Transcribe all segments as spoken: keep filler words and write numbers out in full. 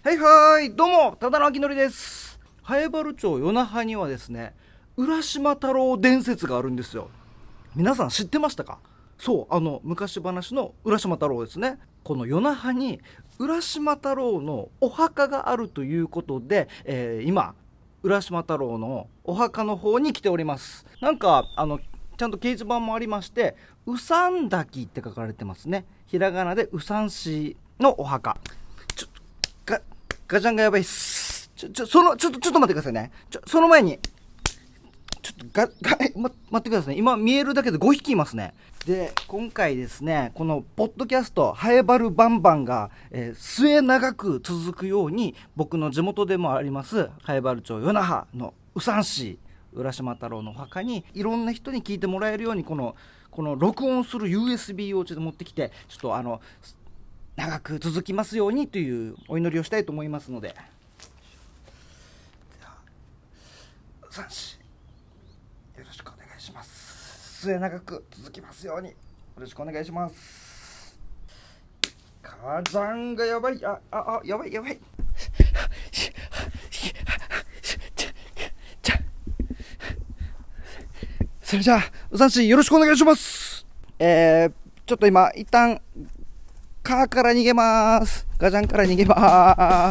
はいはい、どうも、ただのあきのりです。南風原町与那覇にはですね、浦島太郎伝説があるんですよ。皆さん知ってましたか？そう、あの昔話の浦島太郎ですね。この与那覇に浦島太郎のお墓があるということで、えー、今浦島太郎のお墓の方に来ております。なんかあのちゃんと掲示板もありまして、うさん滝って書かれてますね。ひらがなでうさんしのお墓。ちょガガチャンがやばいっす。ちょちょそのちょっとちょっと待ってくださいね。ちょその前にちょっとガガま、待ってくださいね。今見えるだけでごひきいますね。で今回ですね、このポッドキャストハエバルバンバンが、えー、末永く続くように、僕の地元でもありますハエバル町与那覇のうさんし浦島太郎のお墓にいろんな人に聞いてもらえるように、このこの録音する ユーエスビー をちょっと持ってきて、ちょっとあの長く続きますようにというお祈りをしたいと思いますので、うさんしよろしくお願いします。末永く続きますようによろしくお願いします。火山がやばい、あああやばいやばいそれじゃあうさんしよろしくお願いします。えー、ちょっと今一旦カーから逃げます。ガジャンから逃げます。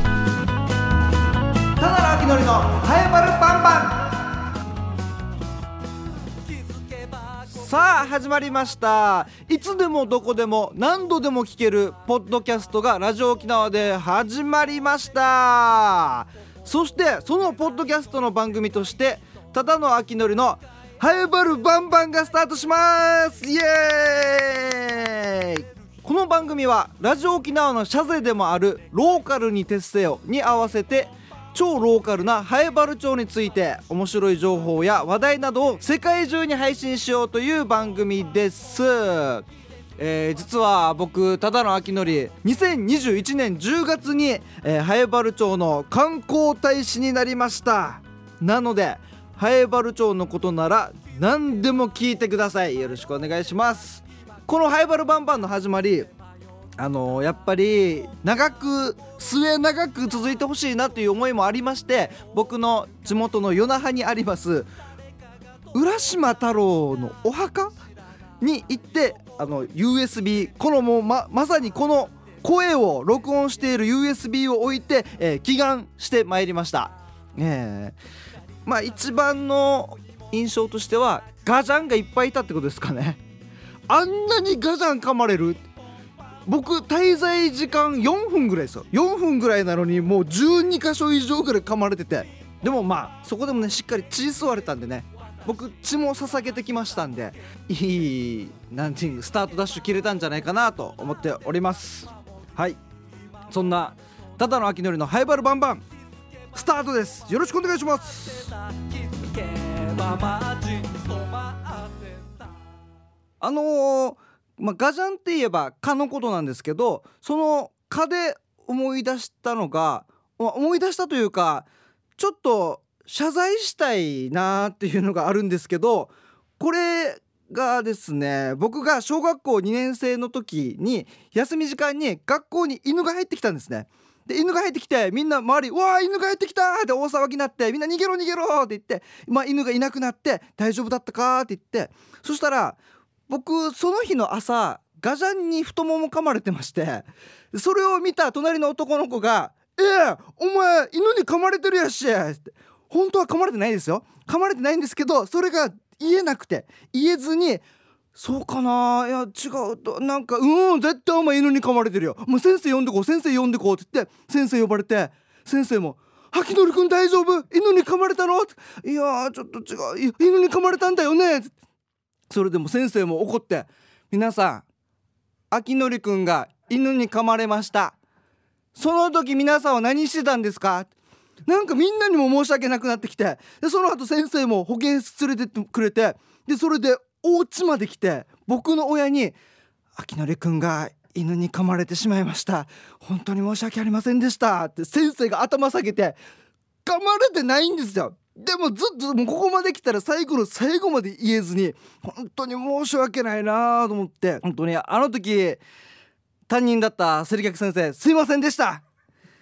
ただのあきのりのハエバルバンバン。さあ始まりました。いつでもどこでも何度でも聞けるポッドキャストがラジオ沖縄で始まりました。そしてそのポッドキャストの番組としてただのあきのりのハエバルバンバンがスタートします。イエーイ。この番組はラジオ沖縄のシャゼでもあるローカルに徹せよに合わせて、超ローカルなハエバル町について面白い情報や話題などを世界中に配信しようという番組です。えー、実は僕ただのあきのりにせんにじゅういちねんじゅうがつに、えー、ハエバル町の観光大使になりました。なのでハエバル町のことなら何でも聞いてください。よろしくお願いします。このハエバルバンバンの始まり、あのー、やっぱり長く末長く続いてほしいなという思いもありまして、僕の地元の与那覇にあります浦島太郎のお墓に行って、あの ユーエスビー、 このもう ま, まさにこの声を録音している ユーエスビー を置いて、えー、祈願してまいりました。えー、まあ一番の印象としてはガジャンがいっぱいいたってことですかね。あんなにガジャン噛まれる、僕滞在時間よんぷんぐらいですよ。よんぷんぐらいなのにもうじゅうにかしょ以上ぐらい噛まれてて、でもまあそこでもねしっかり血吸われたんでね、僕血も捧げてきましたんで、いいなんていうスタートダッシュ切れたんじゃないかなと思っております。はい、そんなただのあきのりのハイバルバンバンスタートです。よろしくお願いします。あのーまあ、ガジャンって言えば蚊のことなんですけど、その蚊で思い出したのが、思い出したというかちょっと謝罪したいなっていうのがあるんですけど、これがですね、僕が小学校にねんせいの時に休み時間に学校に犬が入ってきたんですね。で犬が入ってきてみんな周り、うわー犬が入ってきたって大騒ぎになって、みんな逃げろ逃げろって言って、まあ、犬がいなくなって大丈夫だったかって言って、そしたら僕その日の朝ガジャンに太もも噛まれてまして、それを見た隣の男の子が、えー、お前犬に噛まれてるやしって。本当は噛まれてないですよ、噛まれてないんですけど、それが言えなくて、言えずに、そうかな、いや違うと、なんかうん絶対お前犬に噛まれてるよ、もう先生呼んでこう先生呼んでこうって言って先生呼ばれて、先生もあきのりくん大丈夫、犬に噛まれたの、いやちょっと違う、犬に噛まれたんだよね。それでも先生も怒って、皆さんあきのりくんが犬に噛まれました、その時皆さんは何してたんですか。なんかみんなにも申し訳なくなってきて、でその後先生も保健室連れてってくれて、でそれでお家まで来て僕の親に、あきのりくんが犬に噛まれてしまいました、本当に申し訳ありませんでしたって先生が頭下げて、噛まれてないんですよ。でもずっともうここまで来たら最後の最後まで言えずに、本当に申し訳ないなと思って、本当にあの時担任だったセリキャク先生すいませんでした。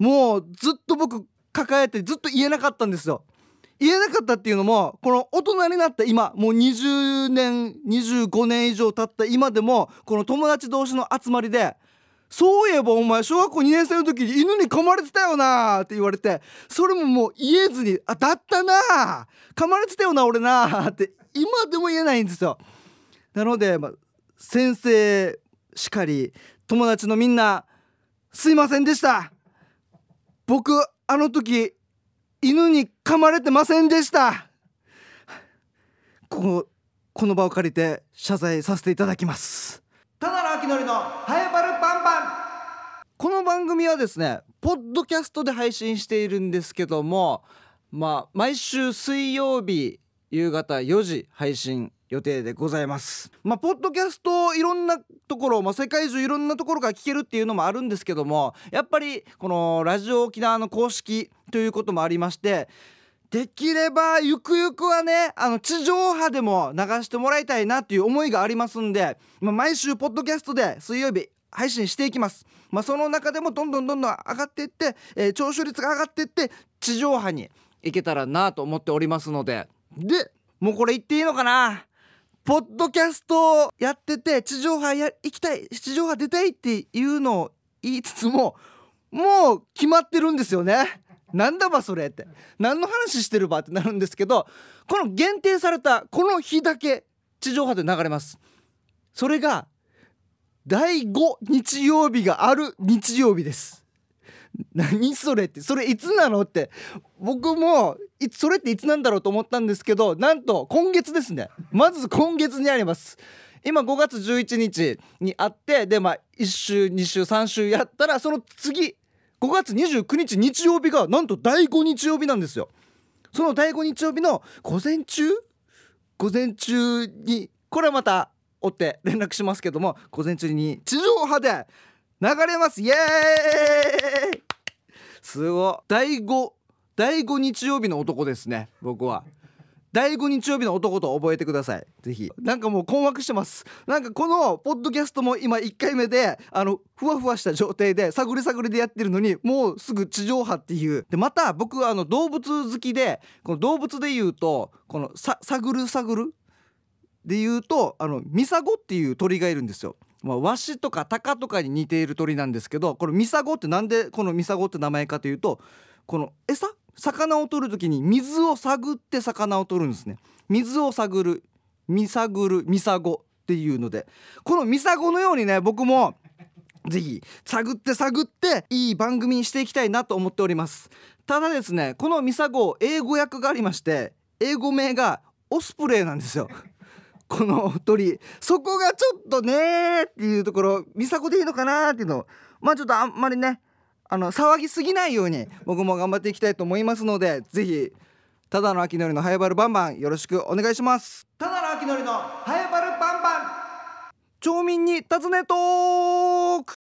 もうずっと僕抱えてずっと言えなかったんですよ。言えなかったっていうのも、この大人になった今、もうにじゅうねんにじゅうごねん以上経った今でも、この友達同士の集まりで、そういえばお前小学校にねん生の時に犬に噛まれてたよなって言われて、それももう言えずに、あ、だったな、噛まれてたよな俺なって今でも言えないんですよ。なので、まあ、先生しかり友達のみんな、すいませんでした。僕あの時犬に噛まれてませんでした。ここ、この場を借りて謝罪させていただきます。ただのあきのりのハエバルパンパン。この番組はですね、ポッドキャストで配信しているんですけども、まあ毎週水曜日夕方よじ配信予定でございます。まあポッドキャストいろんなところ、まあ、世界中いろんなところから聞けるっていうのもあるんですけども、やっぱりこのラジオ沖縄の公式ということもありまして、できればゆくゆくはね、あの地上波でも流してもらいたいなっていう思いがありますんで、まあ、毎週ポッドキャストで水曜日配信していきます。まあ、その中でもどんどんどんどん上がっていって、えー、聴取率が上がっていって地上波に行けたらなと思っておりますので、でもうこれ言っていいのかな、ポッドキャストやってて地上波や行きたい、地上波出たいっていうのを言いつつも、もう決まってるんですよね。なんだばそれって、何の話してるばってなるんですけど、この限定されたこの日だけ地上波で流れます。それがだいご日曜日がある日曜日です。何それって、それいつなのって、僕もいつそれっていつなんだろうと思ったんですけど、なんと今月ですね。まず今月にあります。今ごがつじゅういちにちにあって、でまあいっ週に週さん週やったら、その次ごがつにじゅうくにち日曜日がなんとだいご日曜日なんですよ。そのだいご日曜日の午前中午前中に、これはまた追って連絡しますけども、午前中に地上波で流れます。イエーイ、すごい。だいごだいご日曜日の男ですね。僕はだいご日曜日の男と覚えてください、ぜひ。なんかもう困惑してます。なんかこのポッドキャストも今いっかいめで、あのふわふわした状態で探り探りでやってるのに、もうすぐ地上波っていう。でまた僕はあの動物好きで、この動物で言うと、このさ探る探るで言うと、あのミサゴっていう鳥がいるんですよ。まあ、ワシとかタカとかに似ている鳥なんですけど、このミサゴってなんでこのミサゴって名前かというと、この餌魚を取るときに水を探って魚を取るんですね。水を探る、ミサグル、ミサゴっていうので、このミサゴのようにね、僕もぜひ探って探っていい番組にしていきたいなと思っております。ただですね、このミサゴ英語訳がありまして、英語名がオスプレイなんですよ。この鳥、そこがちょっとねっていうところ、ミサゴでいいのかなっていうの、まあちょっとあんまりね、あの騒ぎすぎないように僕も頑張っていきたいと思いますので、ぜひただのあきのりのハエバルバンバンよろしくお願いします。ただのあきのりのハエバルバンバン、町民に尋ねトーク。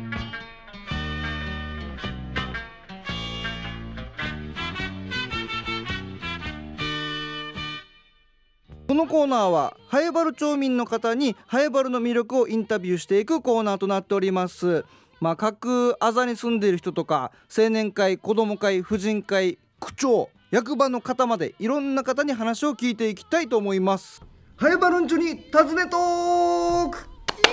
このコーナーはハエバル町民の方にハエバルの魅力をインタビューしていくコーナーとなっております。まあ、各あざに住んでいる人とか、青年会、子ども会、婦人会、区長、役場の方までいろんな方に話を聞いていきたいと思います。ハエバルンチョに尋ねトーク。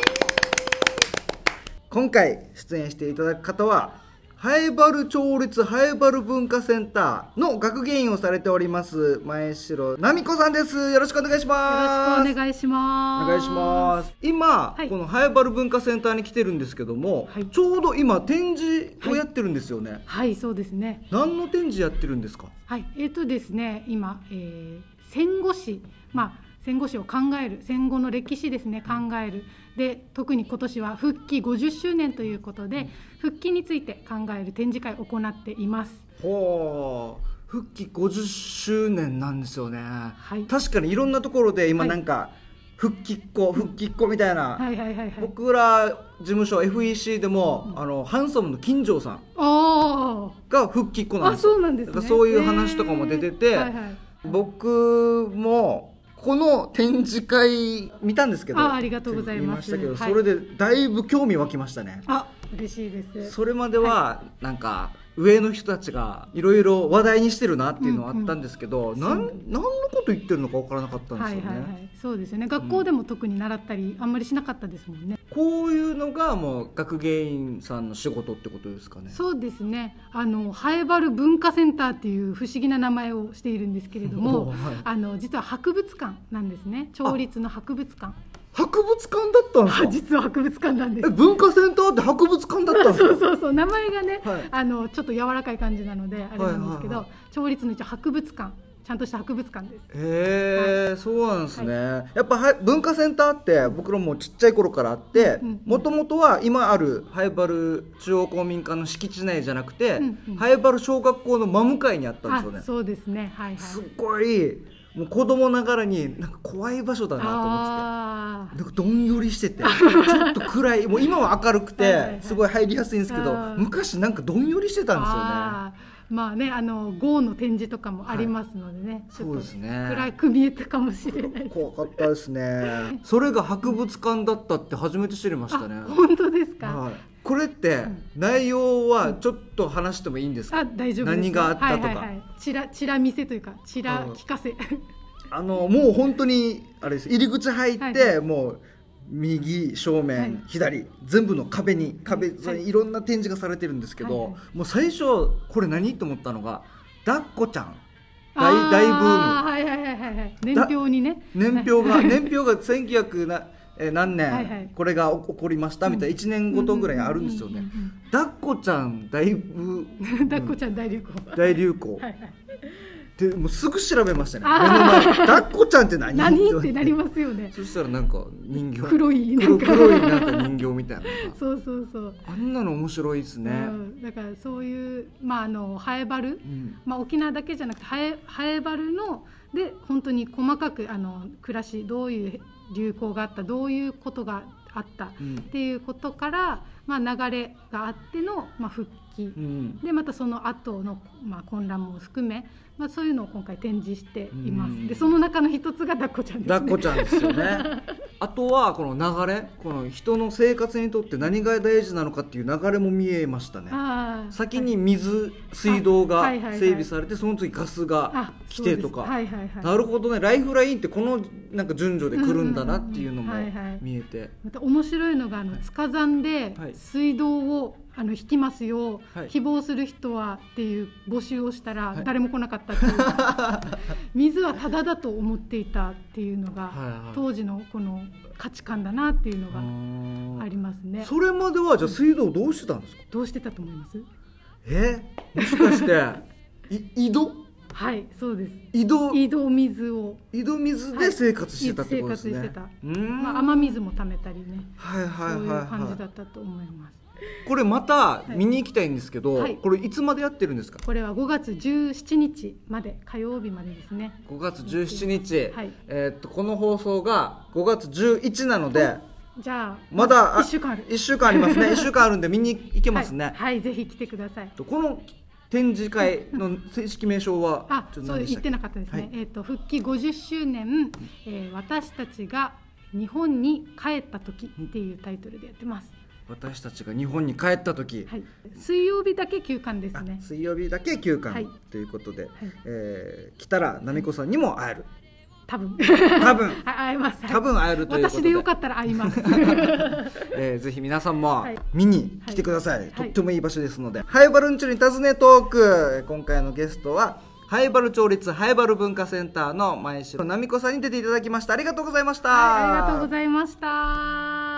今回出演していただく方は、ハエバル町立ハエバル文化センターの学芸員をされております前城奈美子さんです。よろしくお願いします。 よろしくお願いします。 お願いします。今、 はい、 このハエバル文化センターに来てるんですけども、はい、ちょうど今展示をやってるんですよね。 はい、はい、そうですね。 何の展示やってるんですか？ はい、えーとですね、今、えー、戦後史、まあ戦後史を考える、戦後の歴史ですね、考える。で、特に今年は復帰ごじゅっしゅうねんということで、復帰について考える展示会を行っています。 ほう、復帰ごじゅっしゅうねんなんですよね。 はい、 確かにいろんなところで今なんか、はい、復帰っ子復帰っ子みたいな、 はいはいはいはい、 僕ら事務所 エフイーシー でも、うん、あのハンサムの金城さんが復帰っ子なんですよ。 あ、そうなんですね。 だからそういう話とかも出てて、はいはい、僕もこの展示会見たんですけど、 あ、ありがとうございます。 見ましたけど、はい、それでだいぶ興味湧きましたね。 あ、 嬉しいです。 それまではなんか上の人たちがいろいろ話題にしてるなっていうのはあったんですけど、うんうん、なん何のこと言ってるのか分からなかったんですよね。 はいはいはい、そうですよね。学校でも特に習ったりあんまりしなかったですもんね。 こういうのがもう学芸員さんの仕事ってことですかね。 そうですね。あのハエバル文化センターっていう不思議な名前をしているんですけれども、はい、あの実は博物館なんですね。町立の博物館。 博物館だったんですか？ 実は博物館なんです。 え、文化センターって博物館だったんですか？ そうそうそう、名前がね、はい、あのちょっと柔らかい感じなのであれなんですけど、はいはいはい、町立の一応博物館、ちゃんとした博物館です。 へー、はい、そうなんですね、はい、やっぱ文化センターって僕らもちっちゃい頃からあってもともとは今あるハエバル中央公民館の敷地内じゃなくて、うんうん、ハエバル小学校の真向かいにあったんですよね。 そうですね、はいはい、 すごいもう子供ながらになんか怖い場所だなと思ってて、なんかどんよりしててちょっと暗い、もう今は明るくてすごい入りやすいんですけど、昔なんかどんよりしてたんですよね。あ、 まあね、あのゴーの展示とかもありますのでね、はい、 そうですね、 暗く見えたかもしれない。 怖かったですね。それが博物館だったって初めて知りましたね。 本当ですか？ はい、これって内容はちょっと話してもいいんですか？ あ、大丈夫です。 何があったとか、はいはいはい、 ちらちら見せというかちら聞かせあのもう本当にあれです、入り口入って、はいはい、もう右正面、はい、左全部の壁に壁沿いいろんな展示がされてるんですけど、はいはい、もう最初これ何と思ったのが抱っこちゃん大大ブーム、 はいはいはいはい、年表にね、 年表が年表がせんきゅうひゃくなえ何年、はいはい、これが起こりましたみたいな、うん、いちねんごとぐらいあるんですよね。抱っこちゃん大ブ抱っこちゃん大流行大流行、はいはい、でもうすぐ調べましたね。目の前抱っこちゃんって何何ってなりますよね。 そしたらなんか人形、 黒いなんか黒いなんか人形みたいなそうそうそう、 あんなの面白いですね、 うん、だからそういう、まあ、あのハエバル、うん、まあ、沖縄だけじゃなくてハエ、ハエバルので本当に細かくあの暮らし、どういう流行があった、どういうことがあったっていうことから、うん、まあ、流れがあっての、まあ、復帰、うん、でまたその後の、まあ、混乱も含め、まあ、そういうのを今回展示しています、うん、でその中の一つが抱っこちゃんですね。 抱っこちゃんですよねあとはこの流れ、この人の生活にとって何が大事なのかっていう流れも見えましたね。先に水、はい、水道が整備されて、その次ガスが来てとか、はいはいはい、なるほどね、ライフラインってこのなんか順序で来るんだなっていうのも見えて、 また面白いのがあの塚山で水道をあの引きますよ、はい、希望する人はっていう募集をしたら誰も来なかったっていう、はい、水はタダだと思っていたっていうのが、はいはい、当時のこの価値観だなっていうのがありますね。 それまではじゃあ水道どうしてたんですか？ どうしてたと思います？ えもしかして井戸？ はい、そうです。 井戸、 井戸水を井戸水で生活してたってことですね。 はい、生活してた。まあ、雨水も溜めたりね、 はいはいはいはい、 そういう感じだったと思います。 これまた見に行きたいんですけど、はい、これいつまでやってるんですか？ これはごがつじゅうしちにちまで、火曜日までですね。 ごがつじゅうしちにち、はい、えー、っとこの放送がごがつじゅういちなので、 じゃあまだいっしゅうかんあるいっしゅうかんありますねいっしゅうかんあるんで見に行けますね。 はい、はい、ぜひ来てください。 この展示会の正式名称はあ、そう言ってなかったですね、はい、えー、と復帰ごじゅっしゅうねん、えー、私たちが日本に帰った時っていうタイトルでやってます。 私たちが日本に帰った時、はい、 水曜日だけ休館ですね。 水曜日だけ休館、はい、ということで、はい、えー、来たら奈美子さんにも会える、 多分多分会えます、 多分会えるということで、 私でよかったら会います、 えー、ぜひ皆さんも見に来てください、はい、とってもいい場所ですので、はい、ハエバルんちゅに尋ねトーク、今回のゲストはハエバル町立ハエバル文化センターの前城奈美子さんに出ていただきました。ありがとうございました。 はい、ありがとうございました。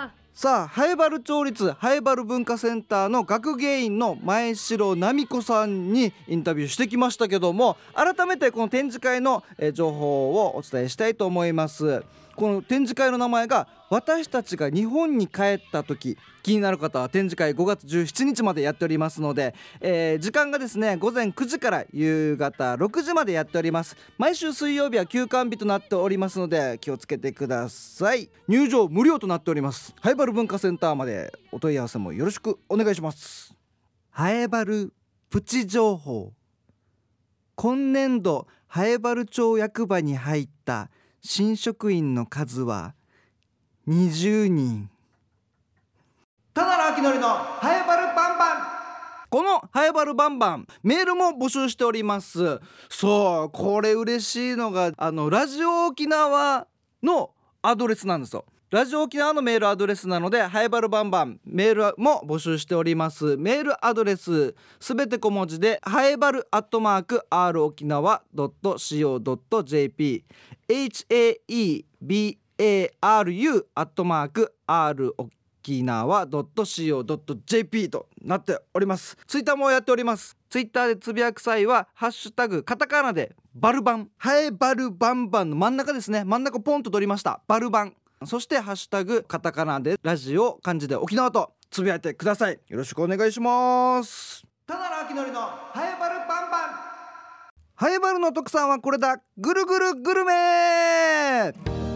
さあ、ハエバル町立ハエバル文化センターの学芸員の前城奈美子さんにインタビューしてきましたけども、改めてこの展示会の情報をお伝えしたいと思います。この展示会の名前が私たちが日本に帰った時、気になる方は展示会ごがつじゅうしちにちまでやっておりますので、えー、時間がですねごぜんくじから夕方ろくじまでやっております。毎週水曜日は休館日となっておりますので気をつけてください。入場無料となっております。ハエバル文化センターまでお問い合わせもよろしくお願いします。ハエバルプチ情報。今年度ハエバル町役場に入った新職員の数はにじゅうにん。 ただのあきのりのはやばるバンバン。このはやばるバンバンメールも募集しております。そうこれ嬉しいのがあのラジオ沖縄のアドレスなんですよ。ラジオ沖縄のメールアドレスなのではやばるバンバンメールも募集しております。メールアドレスすべて小文字ではやばるアットマーク アール 沖縄 ドット シーオー ドット ジェーピー エイチ エー イー ビー エー アール ユー アットマーク アール 沖縄 ドット シーオー ドット ジェーピー となっております。ツイッターもやっております。ツイッターでつぶやく際はハッシュタグカタカナでバルバンはやばるバンバンの真ん中ですね。真ん中ポンと取りました。バルバン、そしてハッシュタグカタカナでラジオ漢字で沖縄とつぶやいてください。よろしくお願いします。ただのあきのりのはやばるバンバン。はやばるの特産はこれだ、ぐるぐるグルメ。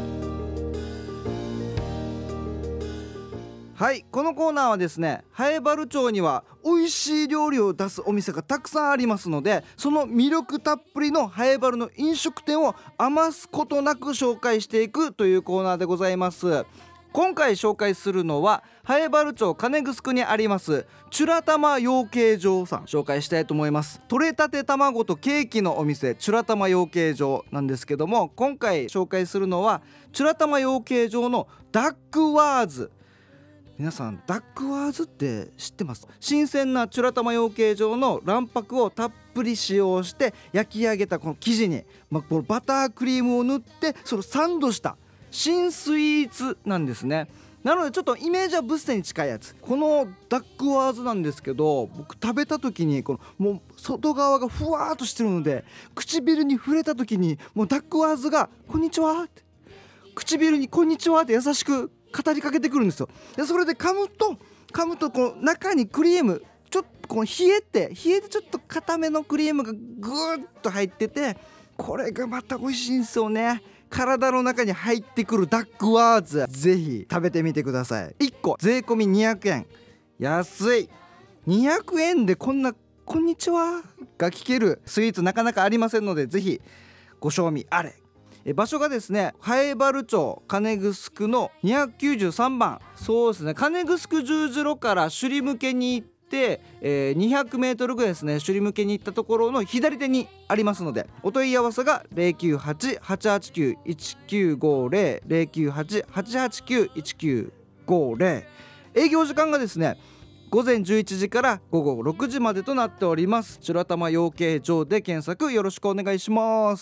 はい、このコーナーはですね、はやばる町には美味しい料理を出すお店がたくさんありますので、その魅力たっぷりのはやばるの飲食店を余すことなく紹介していくというコーナーでございます。今回紹介するのははやばる町金城にありますチュラタマ養鶏場さん紹介したいと思います。取れたて卵とケーキのお店チュラタマ養鶏場なんですけども、今回紹介するのはチュラタマ養鶏場のダックワーズ。皆さんダックワーズって知ってます？新鮮なチュラタマ養鶏場の卵白をたっぷり使用して焼き上げたこの生地に、まあ、このバタークリームを塗ってそれをサンドした新スイーツなんですね。なのでちょっとイメージはブッセに近いやつ。このダックワーズなんですけど、僕食べた時にこのもう外側がふわーっとしてるので唇に触れた時にもうダックワーズがこんにちはって唇にこんにちはって優しく語りかけてくるんですよ。でそれで噛むと噛むとこの中にクリームちょっとこの冷えて冷えてちょっと固めのクリームがぐーっと入ってて、これがまた美味しいんですよね。体の中に入ってくるダックワーズ、ぜひ食べてみてください。いっこ税込みにひゃくえん、安い。にひゃくえんでこんなこんにちはが聞けるスイーツなかなかありませんので、ぜひご賞味あれ。え場所がですね、はやばる町金城のにひゃくきゅうじゅうさんばん、そうですね、金城十字路から首里向けに行って、えー、にひゃくメートルぐらいですね、首里向けに行ったところの左手にありますので、お問い合わせが ゼロきゅうはち はちはちきゅう いちきゅうごゼロ ゼロきゅうはち はちはちきゅう いちきゅうごゼロ。営業時間がですね午前じゅういちじから午後ろくじまでとなっております。チュラタマ養鶏場で検索よろしくお願いします。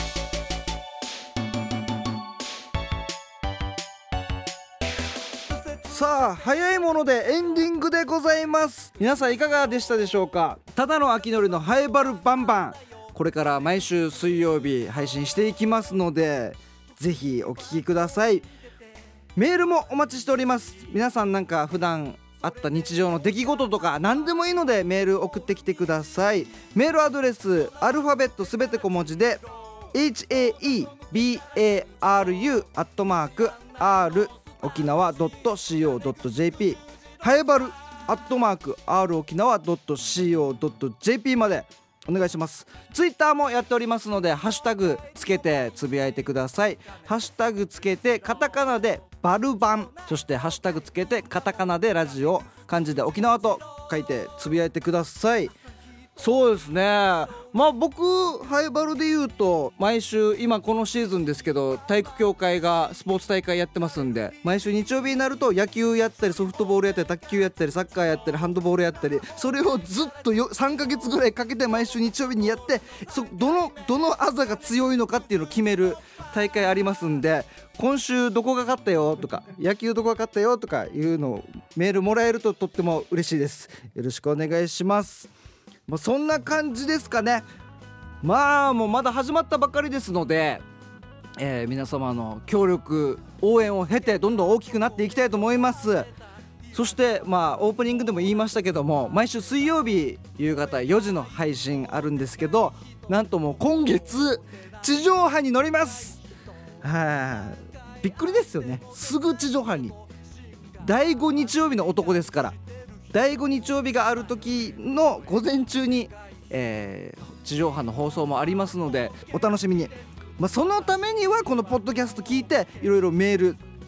さあ早いものでエンディングでございます。皆さんいかがでしたでしょうか。ただのあきのりのはやばるバンバン、これから毎週水曜日配信していきますので、ぜひお聞きください。メールもお待ちしております。皆さんなんか普段あった日常の出来事とか何でもいいのでメール送ってきてください。メールアドレスアルファベットすべて小文字で エイチ エー イー ビー エー アール ユー アットマーク R 沖縄 ドット シーオー ドット ジェーピー はやばるアットマーク R 沖縄 ドット シーオー ドット ジェーピー までお願いします。ツイッターもやっておりますのでハッシュタグつけてつぶやいてください。ハッシュタグつけてカタカナでバルバン、そしてハッシュタグつけてカタカナでラジオ漢字で沖縄と書いてつぶやいてください。そうですね、まあ僕はやばるで言うと毎週今このシーズンですけど体育協会がスポーツ大会やってますんで、毎週日曜日になると野球やったりソフトボールやったり卓球やったりサッカーやったりハンドボールやったり、それをずっとよさんかげつぐらいかけて毎週日曜日にやって、そどのどのあざが強いのかっていうのを決める大会ありますんで、今週どこが勝ったよとか野球どこが勝ったよとかいうのをメールもらえるととっても嬉しいです。よろしくお願いします。まあ、そんな感じですかね。まあもうまだ始まったばかりですので、えー、皆様の協力応援を経てどんどん大きくなっていきたいと思います。そしてまあオープニングでも言いましたけども、毎週水曜日夕方よじの配信あるんですけど、なんともう今月地上波に乗ります。はあ、びっくりですよね。すぐ地上波に。だいご日曜日の男ですから、だいご日曜日がある時の午前中に、えー、地上波の放送もありますのでお楽しみに。まあ、そのためにはこのポッドキャスト聞いていろいろメール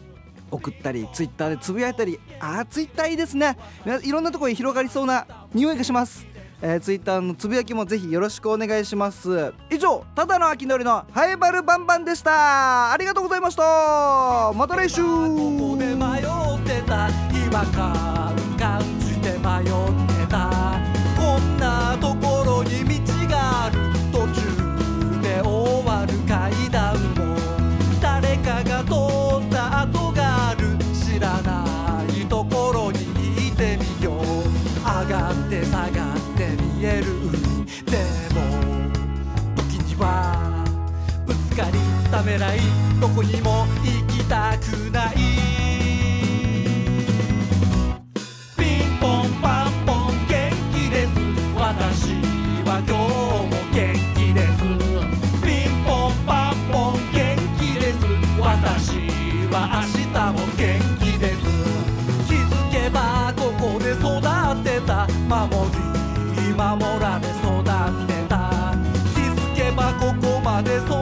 送ったりツイッターでつぶやいたり、あーツイッターいいですね、いろんなところに広がりそうな匂いがします。えー、ツイッターのつぶやきもぜひよろしくお願いします。以上、ただの秋のりのハエバルバンバンでした。ありがとうございました。また来週。 ここで迷ってた、違和感感じて迷ってた、こんなところに道がある、途中で終わる階段も誰かが通った跡がある、知らないところに行ってみよう、上がって下がって見える海、でも時にはぶつかりためらい、どこにも行きたくない、ピンポンパンポン元気です、私は今日も元気です、ピンポンパンポン元気です、私は明日も元気です、気づけばここで育ってた、守り守られ育ってた、気づけばここまで育